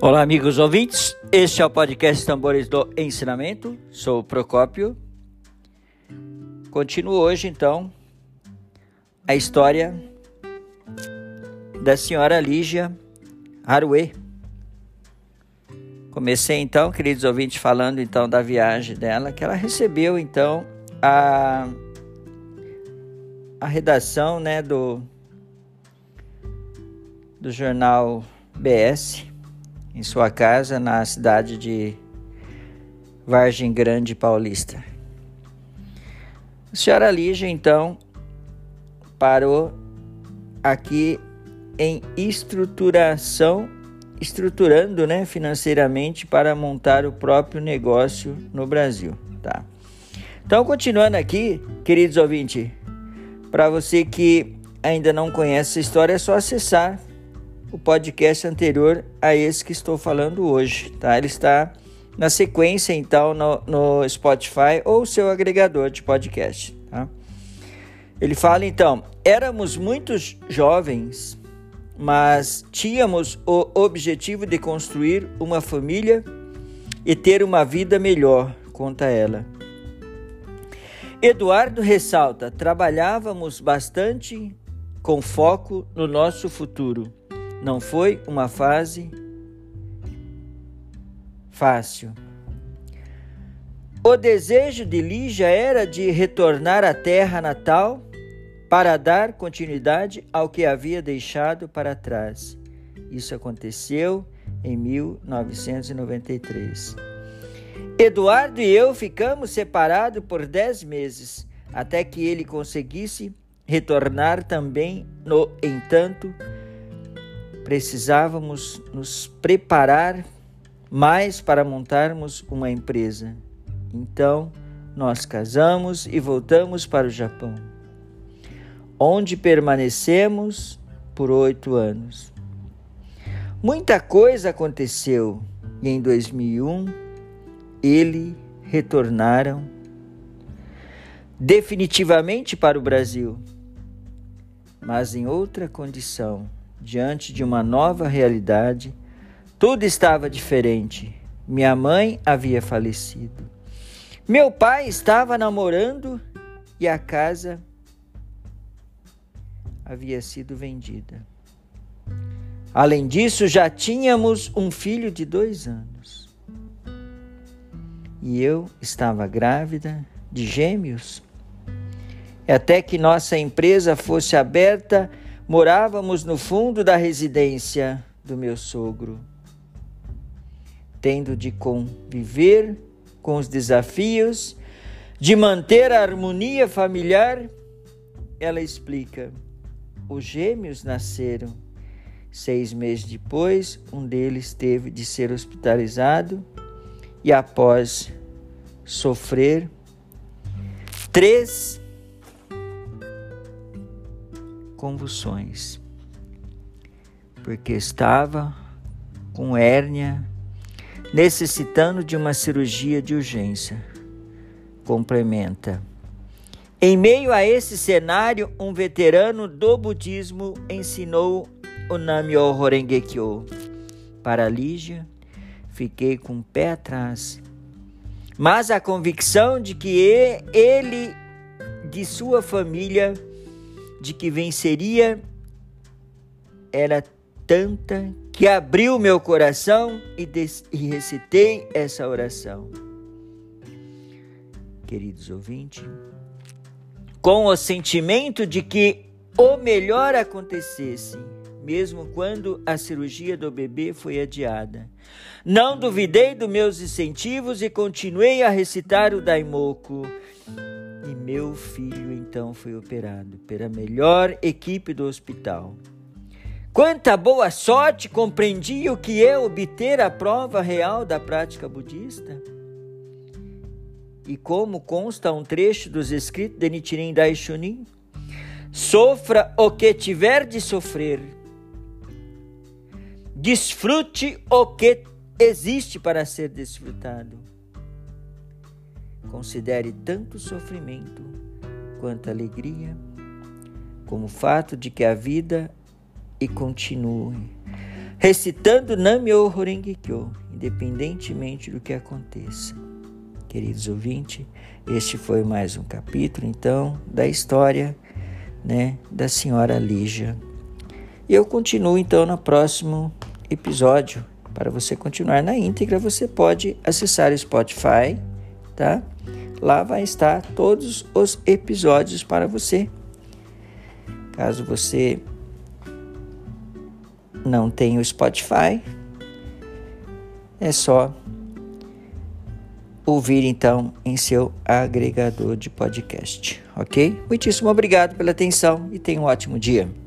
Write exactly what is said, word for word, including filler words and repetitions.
Olá, amigos ouvintes, este é o podcast Tambores do Ensinamento, sou o Procópio. Continuo hoje, então, a história da senhora Lígia Haruê. Comecei, então, queridos ouvintes, falando, então, da viagem dela, que ela recebeu, então, a, a redação, né, do, do jornal B S, em sua casa, na cidade de Vargem Grande Paulista. A senhora Lígia, então, parou aqui em estruturação, estruturando, né, financeiramente para montar o próprio negócio no Brasil, tá? Então, continuando aqui, queridos ouvintes, para você que ainda não conhece essa história, é só acessar o podcast anterior a esse que estou falando hoje, tá? Ele está na sequência, então, no, no Spotify ou seu agregador de podcast, tá? Ele fala, então, éramos muitos jovens, mas tínhamos o objetivo de construir uma família e ter uma vida melhor, conta ela. Eduardo ressalta, trabalhávamos bastante com foco no nosso futuro. Não foi uma fase fácil. O desejo de Lígia era de retornar à terra natal para dar continuidade ao que havia deixado para trás. Isso aconteceu em mil novecentos e noventa e três. Eduardo e eu ficamos separados por dez meses, até que ele conseguisse retornar também. No entanto, precisávamos nos preparar mais para montarmos uma empresa. Então, nós casamos e voltamos para o Japão, onde permanecemos por oito anos. Muita coisa aconteceu e em dois mil e um eles retornaram definitivamente para o Brasil, mas em outra condição. Diante de uma nova realidade, tudo estava diferente. Minha mãe havia falecido. Meu pai estava namorando e a casa havia sido vendida. Além disso, já tínhamos um filho de dois anos. E eu estava grávida de gêmeos. E até que nossa empresa fosse aberta, morávamos no fundo da residência do meu sogro, tendo de conviver com os desafios de manter a harmonia familiar. Ela explica, os gêmeos nasceram. Seis meses depois, um deles teve de ser hospitalizado e após sofrer três convulsões, porque estava com hérnia, necessitando de uma cirurgia de urgência. Complementa. Em meio a esse cenário, um veterano do budismo ensinou o Nam-myoho Renge-kyo. Para Lígia, fiquei com o pé atrás, mas a convicção de que ele, de sua família, de que venceria, era tanta que abriu meu coração e, des- e recitei essa oração. Queridos ouvintes, com o sentimento de que o melhor acontecesse, mesmo quando a cirurgia do bebê foi adiada, não duvidei dos meus incentivos e continuei a recitar o Daimoku. E meu filho, então, foi operado pela melhor equipe do hospital. Quanta boa sorte! Compreendi o que é obter a prova real da prática budista. E como consta um trecho dos escritos de Nichiren Daishonin, sofra o que tiver de sofrer. Desfrute o que existe para ser desfrutado. Considere tanto sofrimento quanto alegria, como o fato de que a vida e continue. recitando Nam-myoho Renge Kyo, independentemente do que aconteça. Queridos ouvintes, este foi mais um capítulo, então, da história, né, da senhora Lígia. E eu continuo, então, no próximo episódio. Para você continuar na íntegra, você pode acessar o Spotify, tá? Lá vai estar todos os episódios para você. Caso você não tenha o Spotify, é só ouvir então em seu agregador de podcast, ok? Muitíssimo obrigado pela atenção e tenha um ótimo dia.